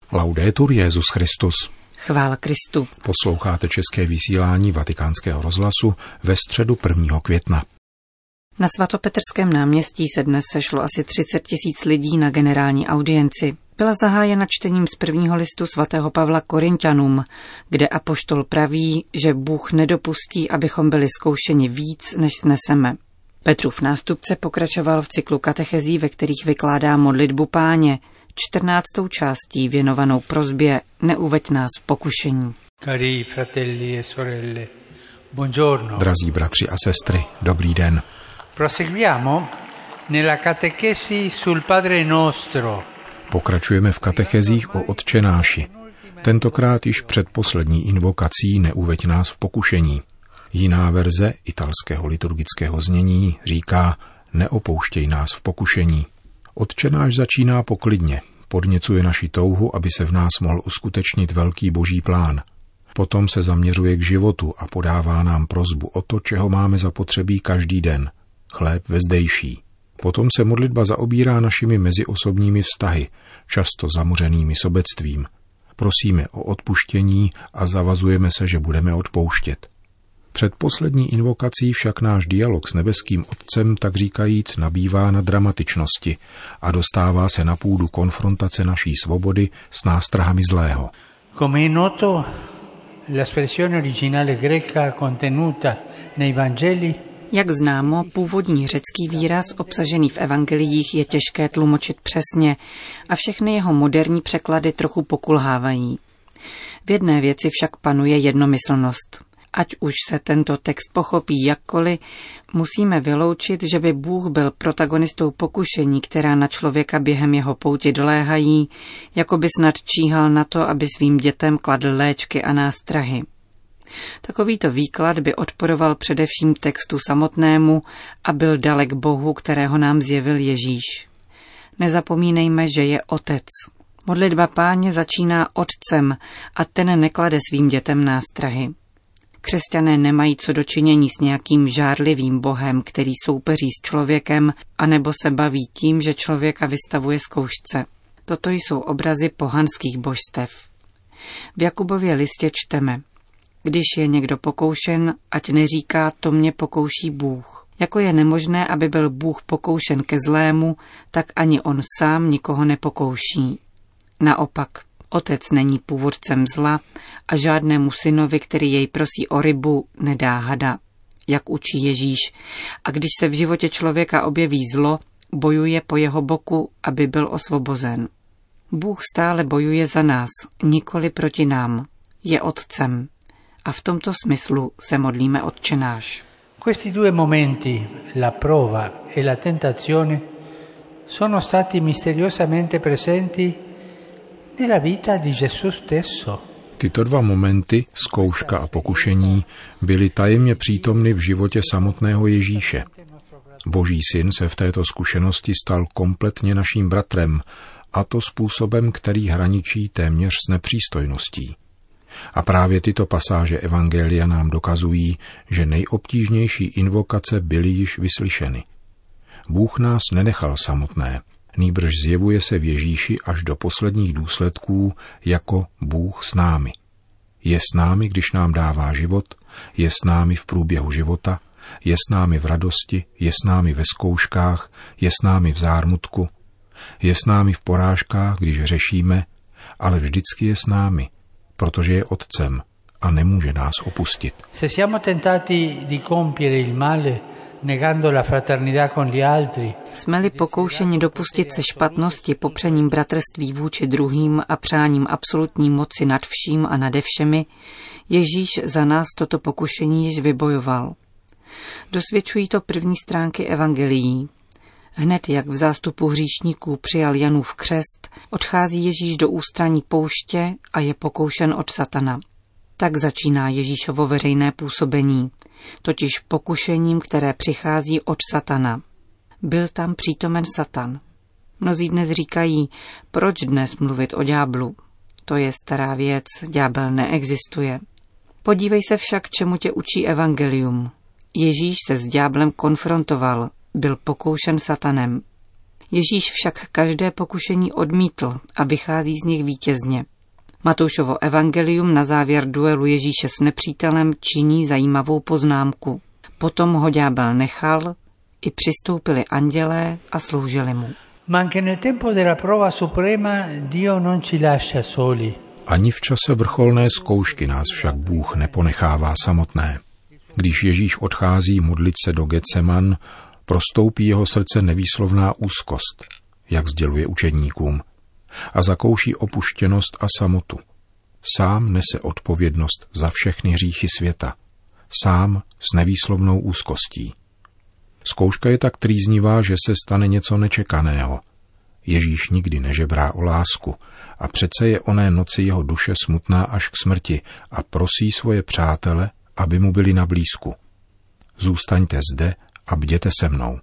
Laudetur Jesus Christus. Chvála Kristu. Posloucháte české vysílání Vatikánského rozhlasu ve středu 1. května. Na svatopetrském náměstí se dnes sešlo asi 30 000 lidí na generální audienci. Byla zahájena čtením z prvního listu svatého Pavla Korinťanům, kde apoštol praví, že Bůh nedopustí, abychom byli zkoušeni víc, než sneseme. Petrův nástupce pokračoval v cyklu katechezí, ve kterých vykládá modlitbu Páně, 14. částí věnovanou prosbě Neuveď nás v pokušení. Cari fratelli e sorelle, buongiorno. Drazí bratři a sestry, dobrý den. Proseguiamo nella catechesi sul Padre Nostro. Pokračujeme v katechezích o Otčenáši. Tentokrát již před poslední invokací Neuveď nás v pokušení. Jiná verze italského liturgického znění říká Neopouštěj nás v pokušení. Otčenáš začíná poklidně, podněcuje naši touhu, aby se v nás mohl uskutečnit velký boží plán. Potom se zaměřuje k životu a podává nám prosbu o to, čeho máme zapotřebí každý den. Chléb vezdejší. Potom se modlitba zaobírá našimi meziosobními vztahy, často zamořenými sobectvím. Prosíme o odpuštění a zavazujeme se, že budeme odpouštět. Před poslední invokací však náš dialog s nebeským Otcem, tak říkajíc, nabývá na dramatičnosti a dostává se na půdu konfrontace naší svobody s nástrahami zlého. Come è noto, l'espressione originale greca contenuta nei Vangeli. Jak známo, původní řecký výraz obsažený v evangeliích je těžké tlumočit přesně a všechny jeho moderní překlady trochu pokulhávají. V jedné věci však panuje jednomyslnost. Ať už se tento text pochopí jakkoliv, musíme vyloučit, že by Bůh byl protagonistou pokušení, která na člověka během jeho pouti doléhají, jako by snad číhal na to, aby svým dětem kladl léčky a nástrahy. Takovýto výklad by odporoval především textu samotnému a byl dalek Bohu, kterého nám zjevil Ježíš. Nezapomínejme, že je Otec. Modlitba Páně začíná Otcem a ten neklade svým dětem nástrahy. Křesťané nemají co dočinění s nějakým žárlivým Bohem, který soupeří s člověkem, anebo se baví tím, že člověka vystavuje zkoušce. Toto jsou obrazy pohanských božstev. V Jakubově listě čteme: Když je někdo pokoušen, ať neříká, to mě pokouší Bůh. Jako je nemožné, aby byl Bůh pokoušen ke zlému, tak ani on sám nikoho nepokouší. Naopak, Otec není původcem zla a žádnému synovi, který jej prosí o rybu, nedá hada, jak učí Ježíš. A když se v životě člověka objeví zlo, bojuje po jeho boku, aby byl osvobozen. Bůh stále bojuje za nás, nikoli proti nám. Je Otcem. A v tomto smyslu se modlíme Otčenáš. Questi due momenti, la prova e la tentazione, sono stati misteriosamente presenti nella vita di Gesù stesso. Tyto dva momenty, zkouška a pokušení, byly tajemně přítomny v životě samotného Ježíše. Boží syn se v této zkušenosti stal kompletně naším bratrem, a to způsobem, který hraničí téměř s nepřístojností. A právě tyto pasáže evangelia nám dokazují, že nejobtížnější invokace byly již vyslyšeny. Bůh nás nenechal samotné, nýbrž zjevuje se v Ježíši až do posledních důsledků jako Bůh s námi. Je s námi, když nám dává život, je s námi v průběhu života, je s námi v radosti, je s námi ve zkouškách, je s námi v zármutku, je s námi v porážkách, když řešíme, ale vždycky je s námi, protože je Otcem a nemůže nás opustit. Se siamo tentati di compiere il male, negando la fraternità con gli altri. Jsme-li pokoušeni dopustit se špatnosti popřením bratrství vůči druhým a přáním absolutní moci nad vším a nade všemi, Ježíš za nás toto pokušení již vybojoval. Dosvědčují to první stránky evangelií. Hned jak v zástupu hříšníků přijal Janův křest, odchází Ježíš do ústraní pouště a je pokoušen od satana. Tak začíná Ježíšovo veřejné působení, totiž pokušením, které přichází od satana. Byl tam přítomen Satan. Mnozí dnes říkají, proč dnes mluvit o ďáblu? To je stará věc, ďábel neexistuje. Podívej se však, čemu tě učí evangelium. Ježíš se s ďáblem konfrontoval, byl pokoušen satanem. Ježíš však každé pokušení odmítl a vychází z nich vítězně. Matoušovo evangelium na závěr duelu Ježíše s nepřítelem činí zajímavou poznámku. Potom ho ďábel nechal, i přistoupili andělé a sloužili mu. Ani v čase vrcholné zkoušky nás však Bůh neponechává samotné. Když Ježíš odchází modlit se do Getseman, prostoupí jeho srdce nevýslovná úzkost, jak sděluje učedníkům, a zakouší opuštěnost a samotu. Sám nese odpovědnost za všechny hříchy světa. Sám s nevýslovnou úzkostí. Zkouška je tak trýznivá, že se stane něco nečekaného. Ježíš nikdy nežebrá o lásku a přece je oné noci jeho duše smutná až k smrti a prosí svoje přátele, aby mu byli na blízku. Zůstaňte zde a bděte se mnou.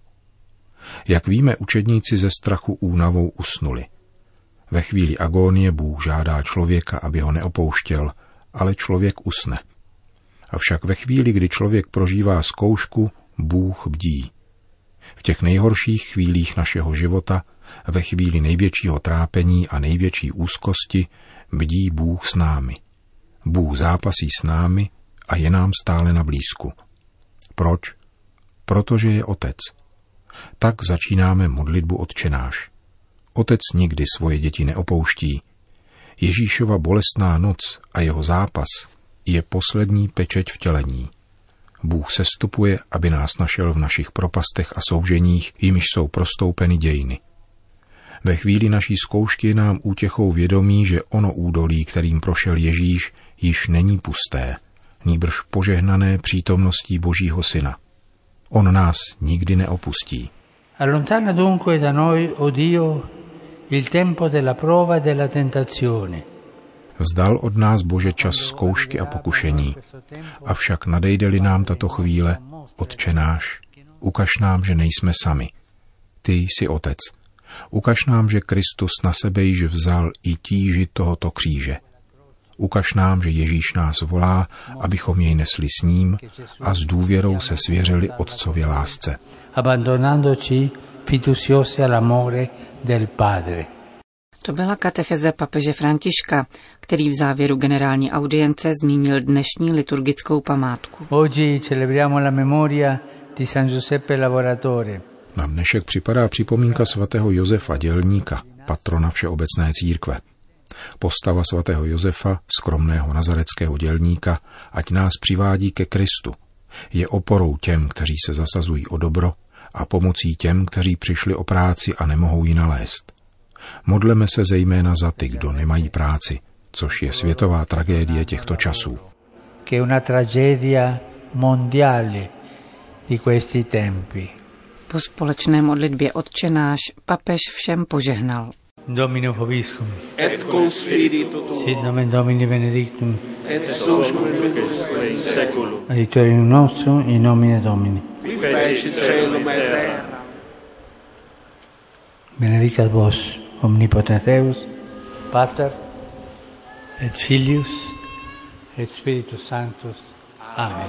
Jak víme, učedníci ze strachu únavou usnuli. Ve chvíli agónie Bůh žádá člověka, aby ho neopouštěl, ale člověk usne. Avšak ve chvíli, kdy člověk prožívá zkoušku, Bůh bdí. V těch nejhorších chvílích našeho života, ve chvíli největšího trápení a největší úzkosti, bdí Bůh s námi. Bůh zápasí s námi a je nám stále na blízku. Proč? Protože je Otec. Tak začínáme modlitbu Otčenáš. Otec nikdy svoje děti neopouští. Ježíšova bolestná noc a jeho zápas je poslední pečeť vtělení. Bůh sestupuje, aby nás našel v našich propastech a souženích, jimiž jsou prostoupeny dějiny. Ve chvíli naší zkoušky je nám útěchou vědomí, že ono údolí, kterým prošel Ježíš, již není pusté, nýbrž požehnané přítomností Božího Syna. On nás nikdy neopustí. Allontana dunque da noi, o Dio, il tempo della prova e della tentazione. Vzdal od nás, Bože, čas zkoušky a pokušení. Avšak nadejde-li nám tato chvíle, Otče náš, ukaž nám, že nejsme sami. Ty jsi Otec. Ukaž nám, že Kristus na sebe již vzal i tíži tohoto kříže. Ukaž nám, že Ježíš nás volá, abychom jej nesli s ním a s důvěrou se svěřili Otcově lásce. Abbandonandoci fiduciosi all'amore del Padre. To byla katecheze papeže Františka, který v závěru generální audience zmínil dnešní liturgickou památku. Oggi celebriamo la memoria di San Giuseppe Lavoratore. Na dnešek připadá připomínka svatého Josefa Dělníka, patrona všeobecné církve. Postava svatého Josefa, skromného nazareckého dělníka, ať nás přivádí ke Kristu. Je oporou těm, kteří se zasazují o dobro a pomocí těm, kteří přišli o práci a nemohou ji nalézt. Modleme se zejména za ty, kdo nemají práci, což je světová tragédie těchto časů. Che è una tragedia mondiale di questi tempi. Po společné modlitbě Otčenáš papež všem požehnal. Domino vobiscum. Et cum spiritu tuo. Sit nomen Domini benedictum. Et sus in seculum. Aiutorium nostrum in nomine Domini. Qui fecit caelum et terra. Benedicat vos omnipotens Deus, Pater et Filius et Spiritus Sanctus. Amen.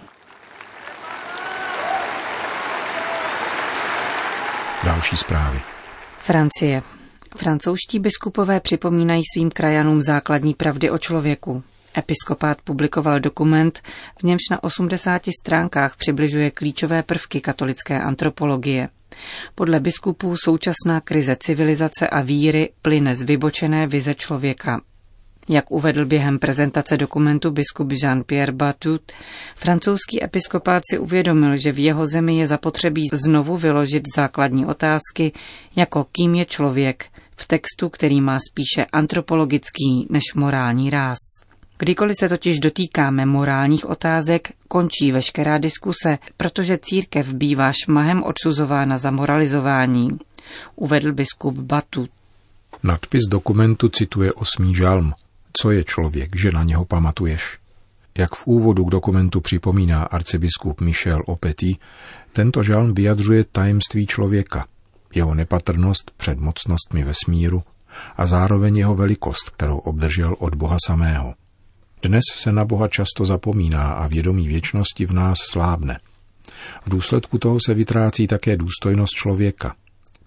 Další zprávy. Francie. Francouzští biskupové připomínají svým krajanům základní pravdy o člověku. Episkopát publikoval dokument, v němž na 80 stránkách přibližuje klíčové prvky katolické antropologie. Podle biskupů současná krize civilizace a víry plyne z vybočené vize člověka. Jak uvedl během prezentace dokumentu biskup Jean-Pierre Batut, francouzský episkopát si uvědomil, že v jeho zemi je zapotřebí znovu vyložit základní otázky, jako kým je člověk, v textu, který má spíše antropologický než morální ráz. Kdykoliv se totiž dotýkáme morálních otázek, končí veškerá diskuse, protože církev bývá šmahem odsuzována za moralizování, uvedl biskup Batut. Nadpis dokumentu cituje 8. žalm. Co je člověk, že na něho pamatuješ? Jak v úvodu k dokumentu připomíná arcibiskup Michel Opety, tento žalm vyjadřuje tajemství člověka, jeho nepatrnost před mocnostmi vesmíru a zároveň jeho velikost, kterou obdržel od Boha samého. Dnes se na Boha často zapomíná a vědomí věčnosti v nás slábne. V důsledku toho se vytrácí také důstojnost člověka.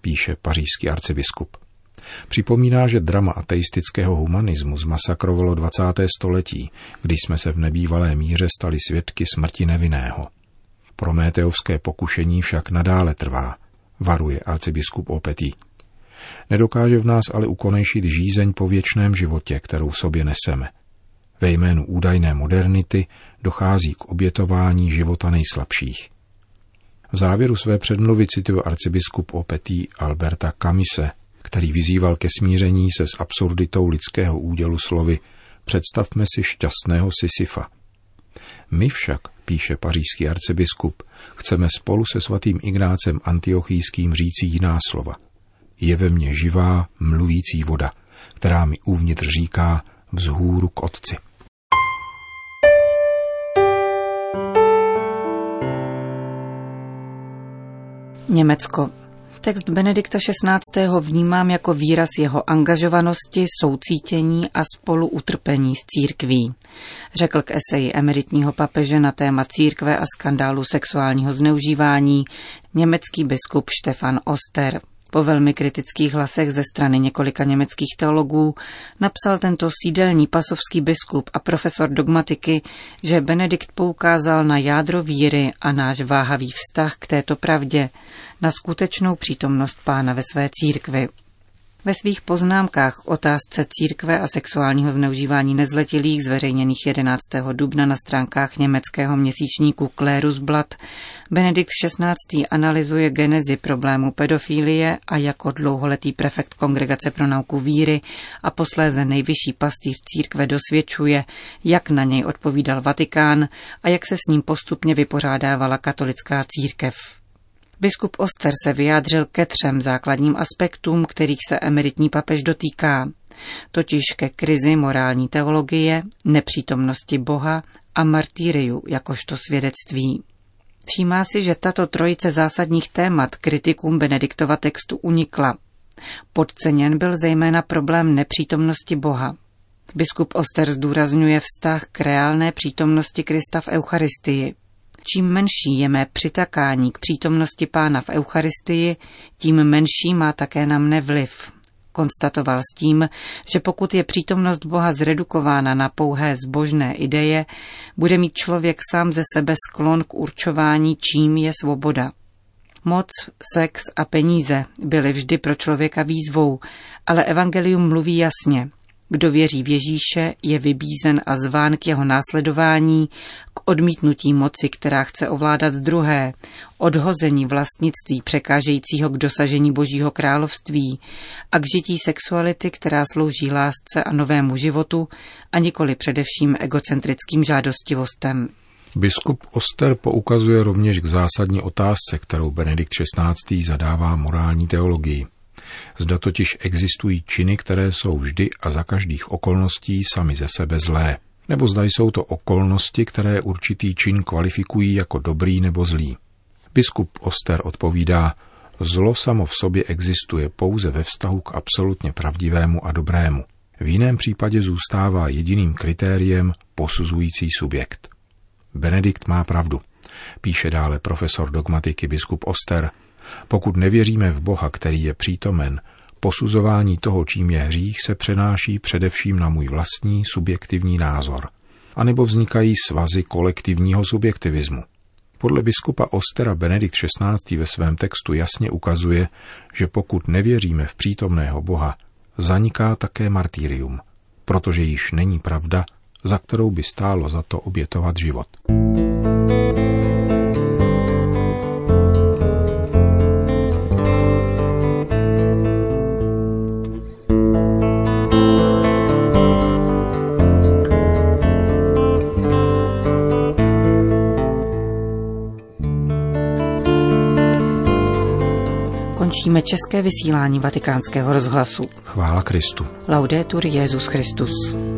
píše pařížský arcibiskup. Připomíná, že drama ateistického humanismu zmasakrovalo 20. století, kdy jsme se v nebývalé míře stali svědky smrti nevinného. Prométeovské pokušení však nadále trvá, varuje arcibiskup Opetí. Nedokáže v nás ale ukonejšit žízeň po věčném životě, kterou v sobě neseme. Ve jménu údajné modernity dochází k obětování života nejslabších. V závěru své předmluvy cituje arcibiskup Opetí Alberta Camise, který vyzýval ke smíření se s absurditou lidského údělu slovy představme si šťastného Sisyfa. My však, píše pařížský arcibiskup, chceme spolu se svatým Ignácem Antiochijským říci jiná slova. Je ve mně živá, mluvící voda, která mi uvnitř říká vzhůru k Otci. Německo. Text Benedikta XVI. Vnímám jako výraz jeho angažovanosti, soucítění a spoluutrpení s církví, řekl k eseji emeritního papeže na téma církve a skandálu sexuálního zneužívání německý biskup Stefan Oster. Po velmi kritických hlasech ze strany několika německých teologů napsal tento sídelní pasovský biskup a profesor dogmatiky, že Benedikt poukázal na jádro víry a náš váhavý vztah k této pravdě, na skutečnou přítomnost Pána ve své církvi. Ve svých poznámkách o otázce církve a sexuálního zneužívání nezletilých zveřejněných 11. dubna na stránkách německého měsíčníku Klerusblatt Benedikt XVI. Analyzuje genezi problému pedofilie a jako dlouholetý prefekt Kongregace pro nauku víry a posléze nejvyšší pastýř církve dosvědčuje, jak na něj odpovídal Vatikán a jak se s ním postupně vypořádávala katolická církev. Biskup Oster se vyjádřil ke 3 základním aspektům, kterých se emeritní papež dotýká, totiž ke krizi morální teologie, nepřítomnosti Boha a martýriu jakožto svědectví. Všímá si, že tato trojice zásadních témat kritikům Benediktova textu unikla. Podceněn byl zejména problém nepřítomnosti Boha. Biskup Oster zdůrazňuje vztah k reálné přítomnosti Krista v Eucharistii. Čím menší je mé přitakání k přítomnosti Pána v Eucharistii, tím menší má také na mne vliv. Konstatoval s tím, že pokud je přítomnost Boha zredukována na pouhé zbožné ideje, bude mít člověk sám ze sebe sklon k určování, čím je svoboda. Moc, sex a peníze byly vždy pro člověka výzvou, ale evangelium mluví jasně. Kdo věří v Ježíše, je vybízen a zván k jeho následování, k odmítnutí moci, která chce ovládat druhé, odhození vlastnictví překážejícího k dosažení Božího království a k žití sexuality, která slouží lásce a novému životu a nikoli především egocentrickým žádostivostem. Biskup Oster poukazuje rovněž k zásadní otázce, kterou Benedikt XVI. Zadává morální teologii. Zda totiž existují činy, které jsou vždy a za každých okolností sami ze sebe zlé, nebo zda jsou to okolnosti, které určitý čin kvalifikují jako dobrý nebo zlý. Biskup Oster odpovídá, zlo samo v sobě existuje pouze ve vztahu k absolutně pravdivému a dobrému. V jiném případě zůstává jediným kritériem posuzující subjekt. Benedikt má pravdu, píše dále profesor dogmatiky biskup Oster. Pokud nevěříme v Boha, který je přítomen, posuzování toho, čím je hřích, se přenáší především na můj vlastní subjektivní názor. A nebo vznikají svazy kolektivního subjektivismu. Podle biskupa Ostera Benedikt XVI. Ve svém textu jasně ukazuje, že pokud nevěříme v přítomného Boha, zaniká také martýrium, protože již není pravda, za kterou by stálo za to obětovat život. Končíme české vysílání Vatikánského rozhlasu. Chvála Kristu. Laudetur Jesus Christus.